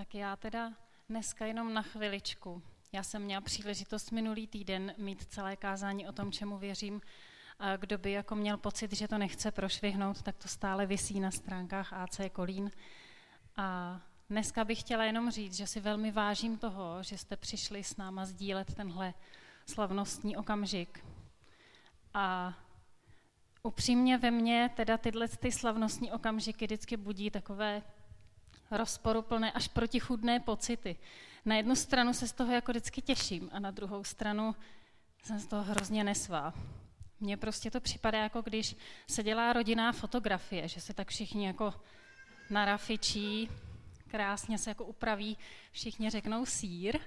Tak já teda dneska jenom na chviličku. Já jsem měla příležitost minulý týden mít celé kázání o tom, čemu věřím. A kdo by jako měl pocit, že to nechce prošvihnout, tak to stále visí na stránkách AC Kolín. A dneska bych chtěla jenom říct, že si velmi vážím toho, že jste přišli s náma sdílet tenhle slavnostní okamžik. A upřímně ve mně teda tyhle ty slavnostní okamžiky vždycky budí takové rozporuplné až protichůdné pocity. Na jednu stranu se z toho jako vždycky těším a na druhou stranu jsem z toho hrozně nesvá. Mně prostě to připadá, jako když se dělá rodinná fotografie, že se tak všichni jako narafičí, krásně se jako upraví, všichni řeknou sýr,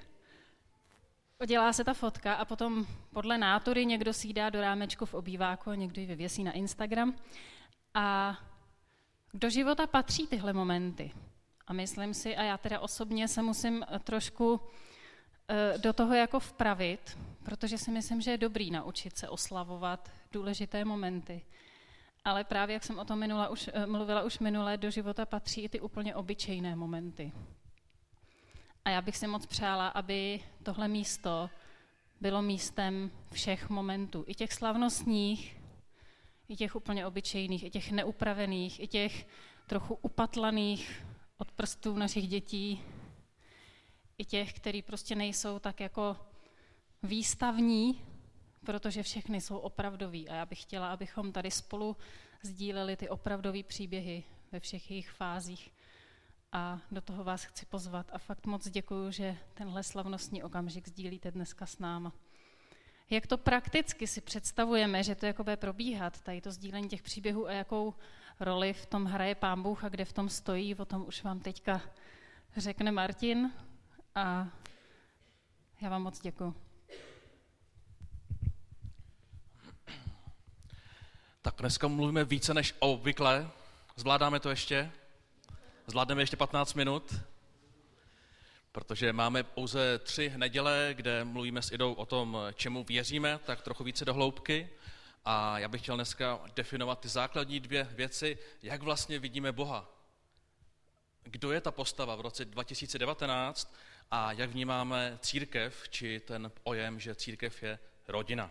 udělá se ta fotka a potom podle nátury někdo si ji dá do rámečku v obýváku a někdo ji vyvěsí na Instagram. A do života patří tyhle momenty. A myslím si, a já teda osobně se musím trošku do toho jako vpravit, protože si myslím, že je dobrý naučit se oslavovat důležité momenty. Ale právě, jak jsem o tom mluvila už minule, do života patří i ty úplně obyčejné momenty. A já bych si moc přála, aby tohle místo bylo místem všech momentů. I těch slavnostních, i těch úplně obyčejných, i těch neupravených, i těch trochu upatlaných od prstů našich dětí, i těch, který prostě nejsou tak jako výstavní, protože všechny jsou opravdoví. A já bych chtěla, abychom tady spolu sdíleli ty opravdové příběhy ve všech jejich fázích. A do toho vás chci pozvat. A fakt moc děkuju, že tenhle slavnostní okamžik sdílíte dneska s náma. Jak to prakticky si představujeme, že to jako bude probíhat, tady to sdílení těch příběhů a jakou roli v tom hraje Pán Bůh a kde v tom stojí, o tom už vám teďka řekne Martin. A já vám moc děkuju. Tak dneska mluvíme více než obvykle. Zvládáme to ještě? Zvládneme ještě 15 minut? Protože máme pouze 3 neděle, kde mluvíme s Idou o tom, čemu věříme, tak trochu více do hloubky. A já bych chtěl dneska definovat ty základní 2 věci, jak vlastně vidíme Boha. Kdo je ta postava v roce 2019 a jak vnímáme církev, či ten pojem, že církev je rodina.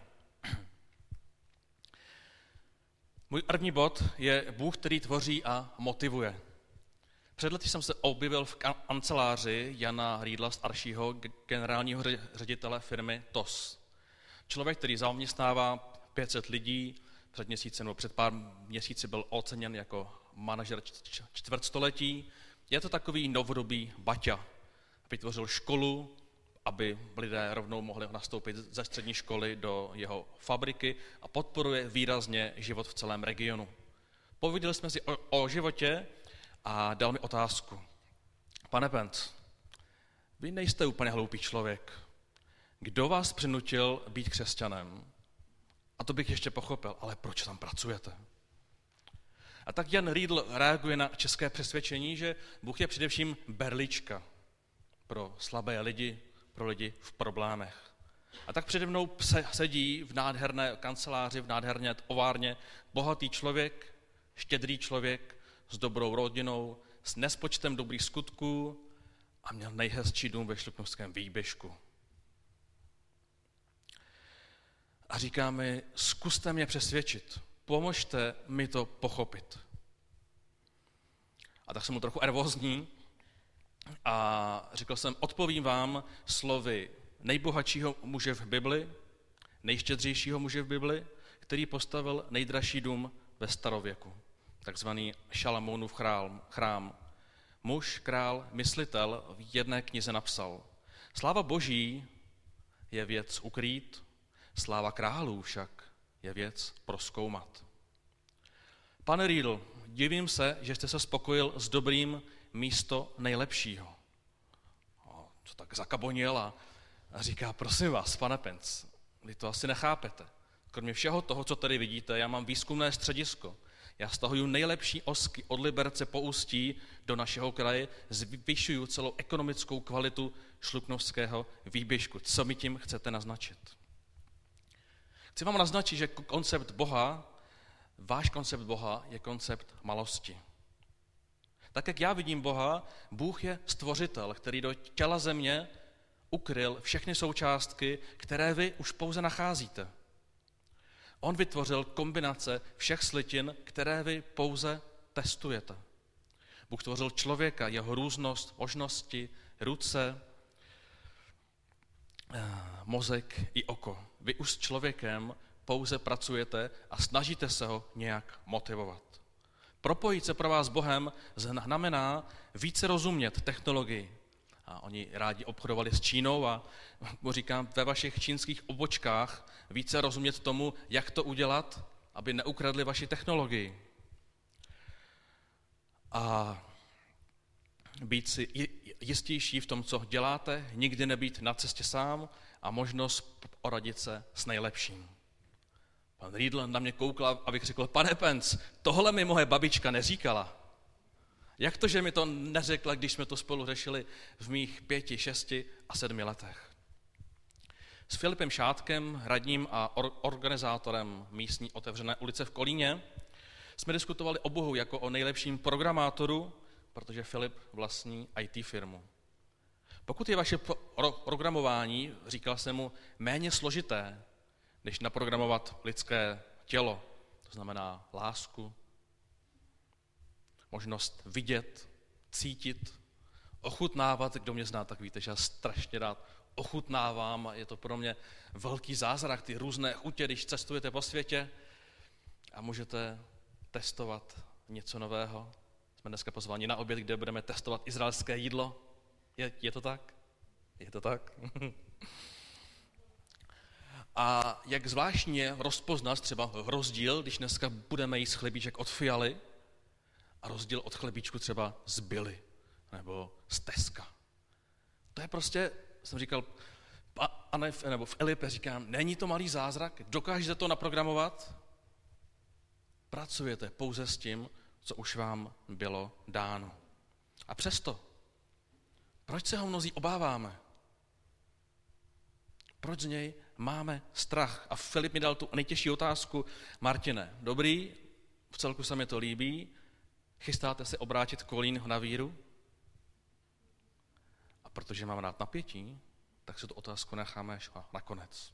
Můj první bod je Bůh, který tvoří a motivuje. Před lety jsem se objevil v kanceláři Jana Riedla staršího, generálního ředitele firmy TOS. Člověk, který zaměstnává 500 lidí, před pár měsíci byl oceněn jako manažer čtvrtstoletí. Je to takový novodobý Baťa. Vytvořil školu, aby lidé rovnou mohli nastoupit ze střední školy do jeho fabriky a podporuje výrazně život v celém regionu. Povídali jsme si o životě a dal mi otázku. Pane Penc, vy nejste úplně hloupý člověk. Kdo vás přinutil být křesťanem? A to bych ještě pochopil, ale proč tam pracujete? A tak Jan Riedl reaguje na české přesvědčení, že Bůh je především berlička pro slabé lidi, pro lidi v problémech. A tak přede mnou sedí v nádherné kanceláři, v nádherné továrně bohatý člověk, štědrý člověk s dobrou rodinou, s nespočtem dobrých skutků a měl nejhezčí dům ve Šluknovském výběžku. A říká mi, zkuste mě přesvědčit, pomožte mi to pochopit. A tak jsem mu trochu nervózní a řekl jsem, odpovím vám slovy nejbohatšího muže v Bibli, nejštědřejšího muže v Bibli, který postavil nejdražší dům ve starověku, takzvaný Šalamounův chrám. Muž, král, myslitel v jedné knize napsal, sláva Boží je věc ukrýt, sláva králů však je věc prozkoumat. Pane Riedl, divím se, že jste se spokojil s dobrým místo nejlepšího. Co tak zakabonil a říká, prosím vás, pane Penc, vy to asi nechápete. Kromě všeho toho, co tady vidíte, já mám výzkumné středisko. Já stahuju nejlepší osky od Liberce po Ústí do našeho kraje, zvyšuju celou ekonomickou kvalitu Šluknovského výběžku. Co mi tím chcete naznačit? Chci vám naznačit, že koncept Boha, váš koncept Boha je koncept malosti. Tak, jak já vidím Boha, Bůh je stvořitel, který do těla země ukryl všechny součástky, které vy už pouze nacházíte. On vytvořil kombinace všech slitin, které vy pouze testujete. Bůh tvořil člověka, jeho různost, možnosti, ruce, mozek i oko. Vy už s člověkem pouze pracujete a snažíte se ho nějak motivovat. Propojit se pro vás s Bohem znamená více rozumět technologii. A oni rádi obchodovali s Čínou a říkám, ve vašich čínských obočkách více rozumět tomu, jak to udělat, aby neukradli vaši technologii. A být si jistější v tom, co děláte, nikdy nebýt na cestě sám a možnost poradit se s nejlepším. Pan Riedl na mě koukal, abych řekl, pane Pence, tohle mi moje babička neříkala. Jak to, že mi to neřekla, když jsme to spolu řešili v mých 5, 6 a 7 letech? S Filipem Šátkem, radním a organizátorem místní otevřené ulice v Kolíně, jsme diskutovali o Bohu jako o nejlepším programátoru, protože Filip vlastní IT firmu. Pokud je vaše programování, říkal jsem mu, méně složité, než naprogramovat lidské tělo, to znamená lásku, možnost vidět, cítit, ochutnávat, kdo mě zná, tak víte, že já strašně rád ochutnávám a je to pro mě velký zázrak, ty různé chutě, když cestujete po světě a můžete testovat něco nového. Jsme dneska pozváni na oběd, kde budeme testovat izraelské jídlo. Je to tak? Je to tak? A jak zvláštně rozpoznat třeba rozdíl, když dneska budeme jíst chlebíček od Fialy a rozdíl od chlebíčku třeba z Billy nebo z Teska. To je prostě, jsem říkal, nebo v Elipe říkám, není to malý zázrak, dokážete to naprogramovat? Pracujete pouze s tím, co už vám bylo dáno. A přesto, proč se ho mnozí obáváme? Proč z něj máme strach? A Filip mi dal tu nejtěžší otázku. Martine, dobrý, v celku se mi to líbí, chystáte se obrátit Kolín na víru? A protože mám rád napětí, tak si tu otázku necháme až nakonec.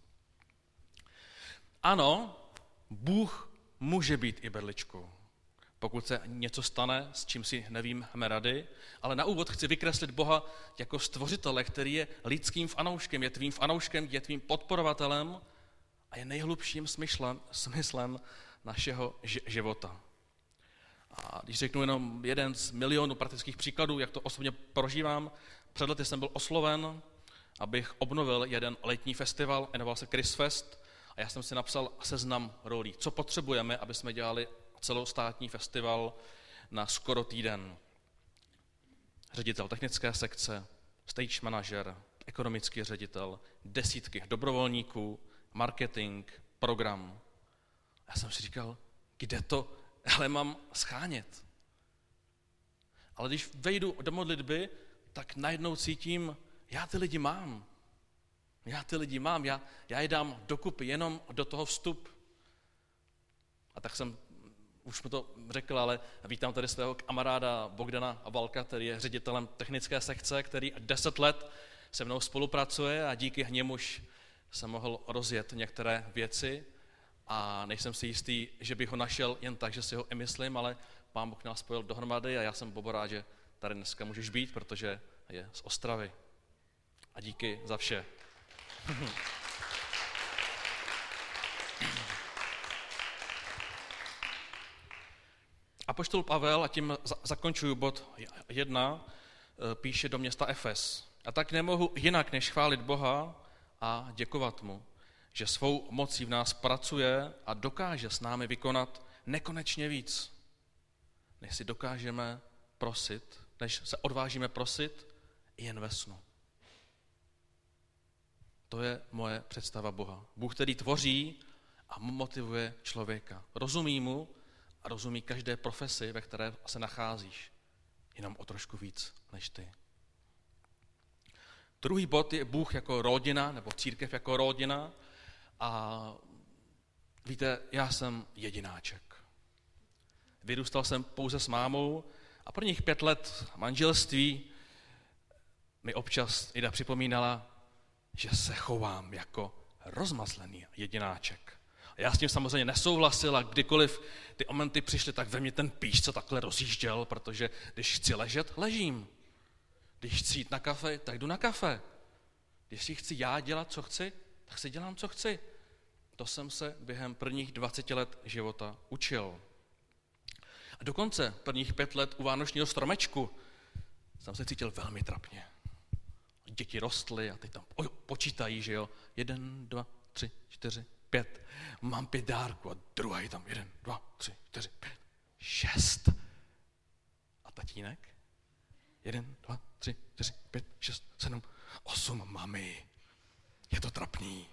Ano, Bůh může být i berličkou, pokud se něco stane, s čím si nevíme rady, ale na úvod chci vykreslit Boha jako stvořitele, který je lidským fanouškem, je tvým fanouškem, je tvým podporovatelem a je nejhlubším smyslem našeho života. A když řeknu jenom jeden z milionů praktických příkladů, jak to osobně prožívám, před lety jsem byl osloven, abych obnovil jeden letní festival, jmenoval se Chris Fest, a já jsem si napsal seznam rolí, co potřebujeme, aby jsme dělali celostátní festival na skoro týden. Ředitel technické sekce, stage manažer, ekonomický ředitel, desítky dobrovolníků, marketing, program. Já jsem si říkal, kde to ale mám schánět? Ale když vejdu do modlitby, tak najednou cítím, já ty lidi mám, já je dám dokupy, jenom do toho vstup. A tak jsem, už mu to řekl, ale vítám tady svého kamaráda Bogdana Valka, který je ředitelem technické sekce, který 10 let se mnou spolupracuje a díky němuž jsem mohl rozjet některé věci a nejsem si jistý, že bych ho našel jen tak, že si ho i myslím, ale Pán Bůh nás spojil dohromady a já jsem Bobo rád, že tady dneska můžeš být, protože je z Ostravy. A díky za vše. Apoštol Pavel, a tím zakončuju bod 1, píše do města Efes. A tak nemohu jinak, než chválit Boha a děkovat mu, že svou mocí v nás pracuje a dokáže s námi vykonat nekonečně víc, než si dokážeme prosit, než se odvážíme prosit i jen ve snu. To je moje představa Boha. Bůh, který tvoří a motivuje člověka. Rozumí mu a rozumí každé profesi, ve které se nacházíš. Jenom o trošku víc než ty. Druhý bod je Bůh jako rodina, nebo církev jako rodina. A víte, já jsem jedináček. Vyrůstal jsem pouze s mámou A prvních 5 let manželství mi občas Ida připomínala, že se chovám jako rozmazlený jedináček. A já s tím samozřejmě nesouhlasil a kdykoliv ty momenty přišly, tak ve mně ten píš se takhle rozjížděl, protože když chci ležet, ležím. Když chci jít na kafe, tak jdu na kafe. Když si chci já dělat, co chci, tak si dělám, co chci. To jsem se během prvních 20 let života učil. A dokonce prvních 5 let u vánočního stromečku jsem se cítil velmi trapně. Děti rostly a teď tam počítají, že jo, 1, 2, 3, 4, 5. Mám 5 dárků a druhý tam 1, 2, 3, 4, 5, 6. A tatínek? 1, 2, 3, 4, 5, 6, 7, 8, mami. Je to trapný.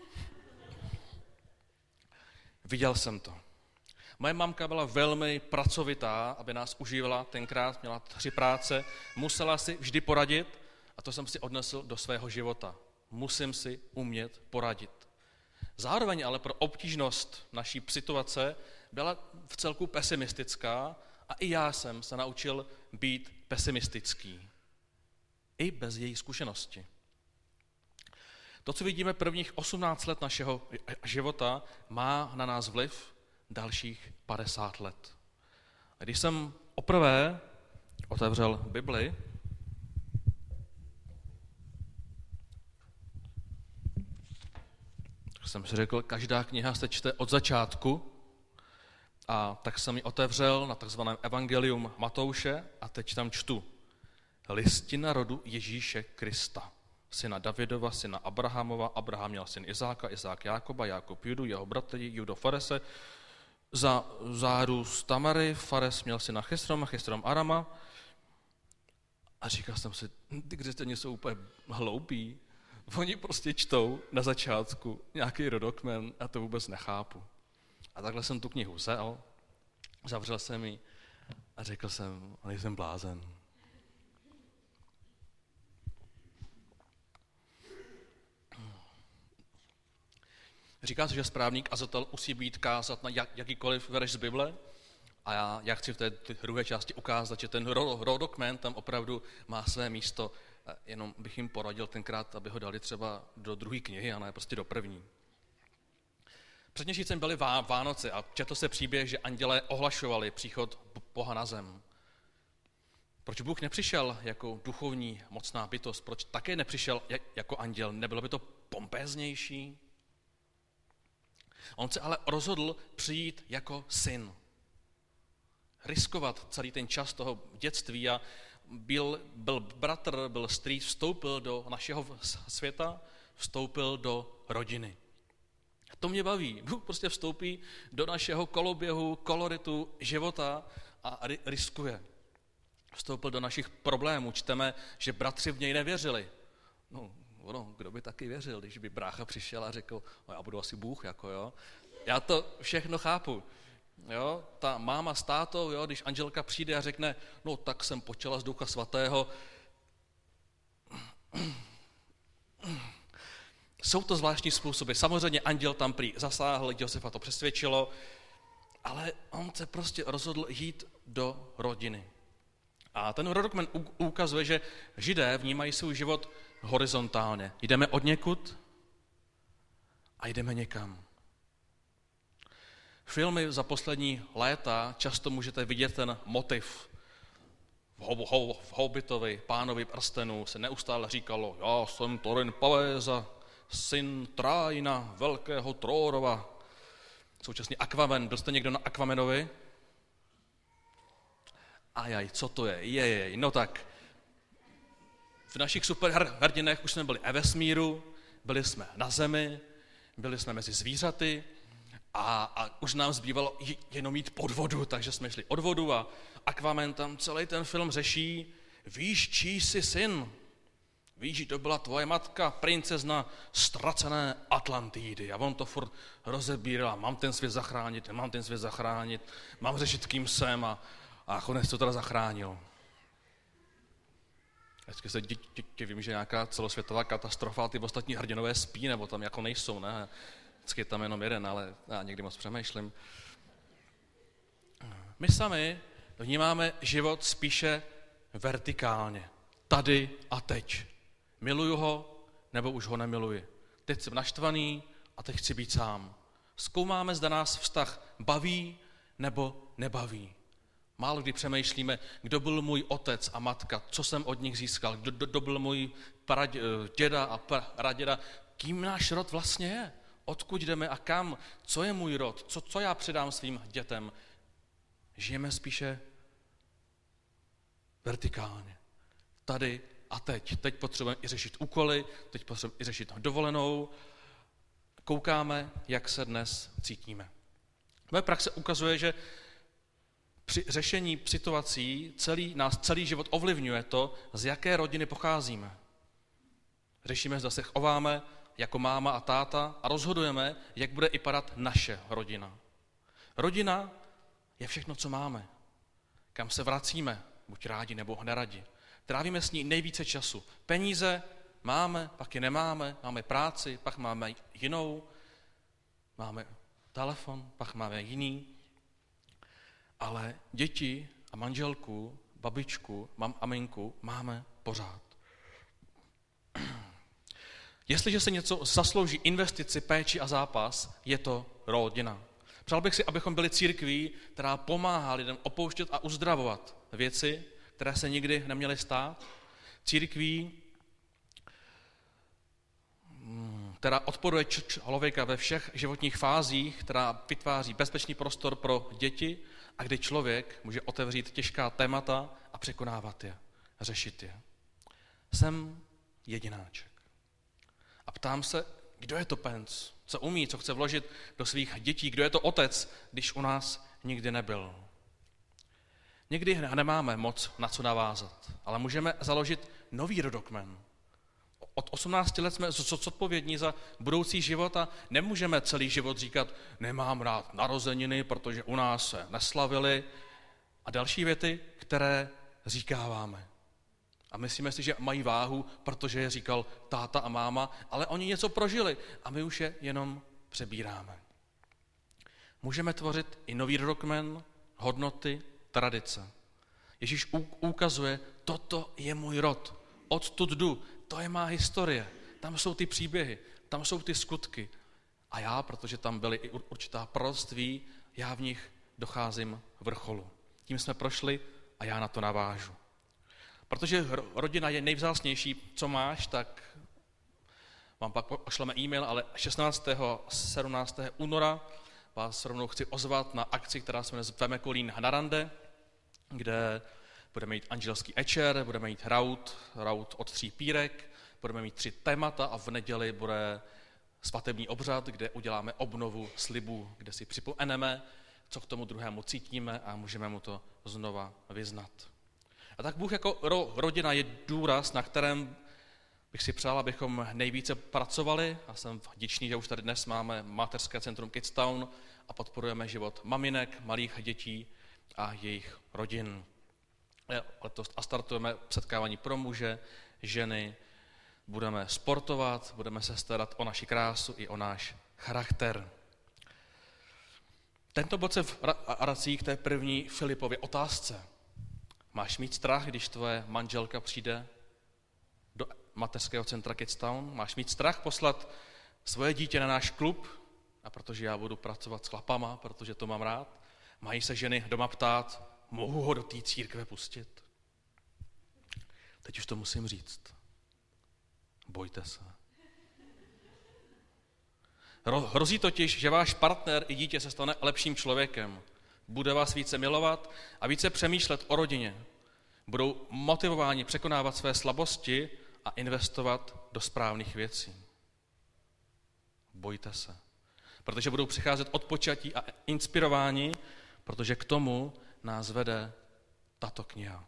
Viděl jsem to. Moje mamka byla velmi pracovitá, aby nás užívala, tenkrát měla 3 práce, musela si vždy poradit a to jsem si odnesl do svého života. Musím si umět poradit. Zároveň ale pro obtížnost naší situace byla v celku pesimistická a i já jsem se naučil být pesimistický. I bez její zkušenosti. To, co vidíme prvních 18 let našeho života, má na nás vliv dalších 50 let. A když jsem poprvé otevřel Bibli, tak jsem si řekl, každá kniha se čte od začátku, a tak jsem ji otevřel na takzvaném Evangelium Matouše a teď tam čtu. Listina rodu Ježíše Krista, syna Davidova, syna Abrahamova, Abraham měl syn Izáka, Izák Jákoba, Jákob Judu, jeho bratr Judo Farese, za záru z Tamary, Fares měl syna Chysroma, Chysrom Arama. A říkal jsem si, ty křesťané jsou úplně hloupí. Oni prostě čtou na začátku nějaký rodokmen a to vůbec nechápu. A takhle jsem tu knihu vzal, zavřel jsem ji a řekl jsem, nejsem blázen. Říká se, že správný kazatel musí být kázat na jakýkoliv verš z Bible a já chci v té druhé části ukázat, že ten rodokmen tam opravdu má své místo, jenom bych jim poradil tenkrát, aby ho dali třeba do druhé knihy a ne prostě do první. Před měsícem byly Vánoce a četl se příběh, že andělé ohlašovali příchod Boha na zem. Proč Bůh nepřišel jako duchovní mocná bytost? Proč také nepřišel jako anděl? Nebylo by to pompéznější? On se ale rozhodl přijít jako syn. Riskovat celý ten čas toho dětství a byl bratr, byl strýc, vstoupil do našeho světa, vstoupil do rodiny. To mě baví. Bůh prostě vstoupí do našeho koloběhu, koloritu života a riskuje. Vstoupil do našich problémů. Čteme, že bratři v něj nevěřili. No, kdo by taky věřil, když by brácha přišel a řekl, já budu asi Bůh, jako jo. Já to všechno chápu. Jo, ta máma s tátou, jo, když Anželka přijde a řekne, no tak jsem počala z Ducha Svatého. Jsou to zvláštní způsoby. Samozřejmě anděl tam prý zasáhl, Josefa to přesvědčilo, ale on se prostě rozhodl jít do rodiny. A ten rodokmen ukazuje, že Židé vnímají svůj život horizontálně. Jdeme od někud a jdeme někam. Filmy za poslední léta často můžete vidět ten motiv. V Hobbitovi, Pánovi prstenů se neustále říkalo, já jsem Thorin Paléza, syn Trájina, velkého Tródova. Současný Aquaman. Byl jste někdo na Aquamanovi? Ajaj, co to je? No tak, v našich superhrdinech už jsme byli ve vesmíru, byli jsme na zemi, byli jsme mezi zvířaty a už nám zbývalo jenom jít pod vodu, takže jsme šli od vodu a Aquaman tam celý ten film řeší, víš, čí jsi syn? Víš, že to byla tvoje matka, princezna ztracené Atlantidy. A on to furt rozebíral, mám ten svět zachránit, mám řešit, kým jsem a konec to teda zachránil. Vždycky se vím, že nějaká celosvětová katastrofa, ty ostatní hrdinové spí, nebo tam jako nejsou, ne? Vždycky je tam jenom jeden, ale já někdy moc přemýšlím. My sami vnímáme život spíše vertikálně. Tady a teď. Miluju ho, nebo už ho nemiluji. Teď jsem naštvaný a teď chci být sám. Zkoumáme, zda nás vztah baví nebo nebaví. Málo kdy přemýšlíme, kdo byl můj otec a matka, co jsem od nich získal, kdo byl můj děda a praděda, kým náš rod vlastně je, odkud jdeme a kam, co je můj rod, co já předám svým dětem. Žijeme spíše vertikálně. Tady a teď. Teď potřebujeme i řešit úkoly, teď potřebujeme i řešit dovolenou. Koukáme, jak se dnes cítíme. Moje praxe ukazuje, že při řešení situací nás celý život ovlivňuje to, z jaké rodiny pocházíme. Řešíme, zda se chováme jako máma a táta a rozhodujeme, jak bude vypadat naše rodina. Rodina je všechno, co máme. Kam se vracíme, buď rádi nebo neradi. Trávíme s ní nejvíce času. Peníze máme, pak je nemáme, máme práci, pak máme jinou, máme telefon, pak máme jiný. Ale děti a manželku, babičku, maminku máme pořád. Jestliže se něco zaslouží investici, péči a zápas, je to rodina. Přál bych si, abychom byli církví, která pomáhá lidem opouštět a uzdravovat věci, které se nikdy neměly stát. Církví, která odporuje člověka ve všech životních fázích, která vytváří bezpečný prostor pro děti a kdy člověk může otevřít těžká témata a překonávat je, řešit je. Jsem jedináček. A ptám se, kdo je to penc, co umí, co chce vložit do svých dětí, kdo je to otec, když u nás nikdy nebyl. Někdy nemáme moc na co navázat, ale můžeme založit nový rodokmen. Od 18 let jsme zodpovědní za budoucí život a nemůžeme celý život říkat, nemám rád narozeniny, protože u nás se neslavili a další věty, které říkáváme. A myslíme si, že mají váhu, protože je říkal táta a máma, ale oni něco prožili a my už je jenom přebíráme. Můžeme tvořit i nový rodokmen, hodnoty, tradice. Ježíš ukazuje, toto je můj rod, odtud jdu, to je má historie, tam jsou ty příběhy, tam jsou ty skutky. A já, protože tam byly i určitá proroctví, já v nich docházím vrcholu. Tím jsme prošli a já na to navážu. Protože rodina je nejvzácnější, co máš, tak vám pak pošleme e-mail, ale 16. 17. února vás rovnou chci ozvat na akci, která se jmenuje Veme Kolín na rande, kde budeme mít anželský večer, budeme mít raut od 3 pírek, budeme mít 3 témata a v neděli bude svatební obřad, kde uděláme obnovu slibů, kde si připomeneme, co k tomu druhému cítíme a můžeme mu to znova vyznat. A tak Bůh jako rodina je důraz, na kterém bych si přál, abychom nejvíce pracovali. A jsem vděčný, že už tady dnes máme mateřské centrum Kidstown a podporujeme život maminek, malých dětí a jejich rodin. Letos a startujeme setkávání pro muže, ženy, budeme sportovat, budeme se starat o naši krásu i o náš charakter. Tento bod se vrací k té první Filipově otázce. Máš mít strach, když tvoje manželka přijde do mateřského centra Kidstown? Máš mít strach poslat svoje dítě na náš klub? A protože já budu pracovat s chlapama, protože to mám rád? Mají se ženy doma ptát, mohu ho do té církve pustit? Teď už to musím říct. Bojte se. Hrozí totiž, že váš partner i dítě se stane lepším člověkem. Bude vás více milovat a více přemýšlet o rodině. Budou motivováni překonávat své slabosti a investovat do správných věcí. Bojte se. Protože budou přicházet odpočatí a inspirováni, protože k tomu nás vede tato kniha.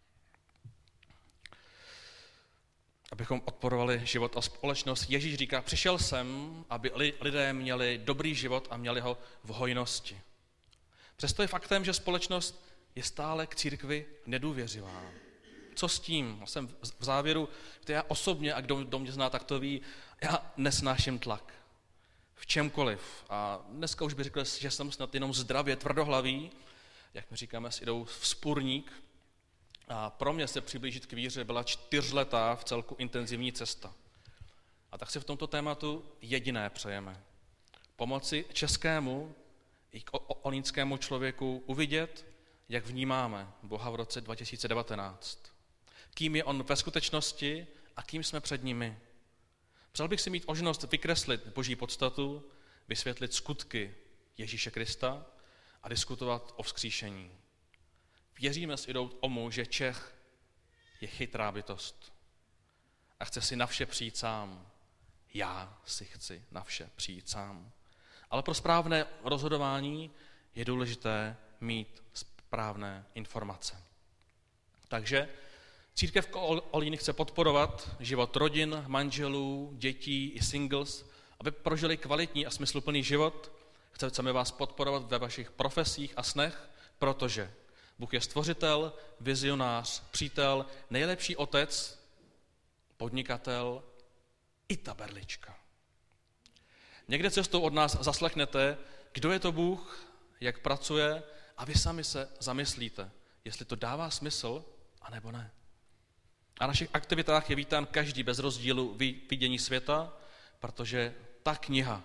Abychom odporovali život a společnost. Ježíš říká, přišel jsem, aby lidé měli dobrý život a měli ho v hojnosti. Přesto je faktem, že společnost je stále k církvi nedůvěřivá. Co s tím? Já jsem v závěru, to já osobně, a kdo mě zná, tak to ví, já nesnáším tlak. V čemkoliv. A dneska už bych řekl, že jsem snad jenom zdravě tvrdohlavý, jak my říkáme, s Idou vzpůrník. A pro mě se přiblížit k víře byla 4letá v celku intenzivní cesta. A tak si v tomto tématu jediné přejeme. Pomoci českému i kolínskému člověku uvidět, jak vnímáme Boha v roce 2019. Kým je on ve skutečnosti a kým jsme před nimi. Přál bych si mít možnost vykreslit Boží podstatu, vysvětlit skutky Ježíše Krista a diskutovat o vzkříšení. Věříme s Idou tomu, že Čech je chytrá bytost a chce si na vše přijít sám. Já si chci na vše přijít sám. Ale pro správné rozhodování je důležité mít správné informace. Takže církev Kolín chce podporovat život rodin, manželů, dětí i singles, aby prožili kvalitní a smysluplný život. Chceme vás podporovat ve vašich profesích a snech, protože Bůh je stvořitel, vizionář, přítel, nejlepší otec, podnikatel i ta berlička. Někde cestou od nás zaslechnete, kdo je to Bůh, jak pracuje a vy sami se zamyslíte, jestli to dává smysl, anebo ne. A na našich aktivitách je vítán každý bez rozdílu vidění světa, protože ta kniha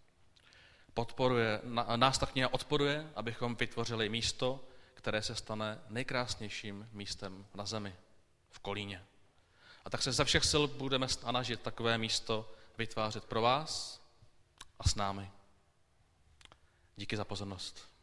nás ta kniha odporuje, abychom vytvořili místo, které se stane nejkrásnějším místem na zemi, v Kolíně. A tak se ze všech sil budeme snažit takové místo vytvářet pro vás a s námi. Díky za pozornost.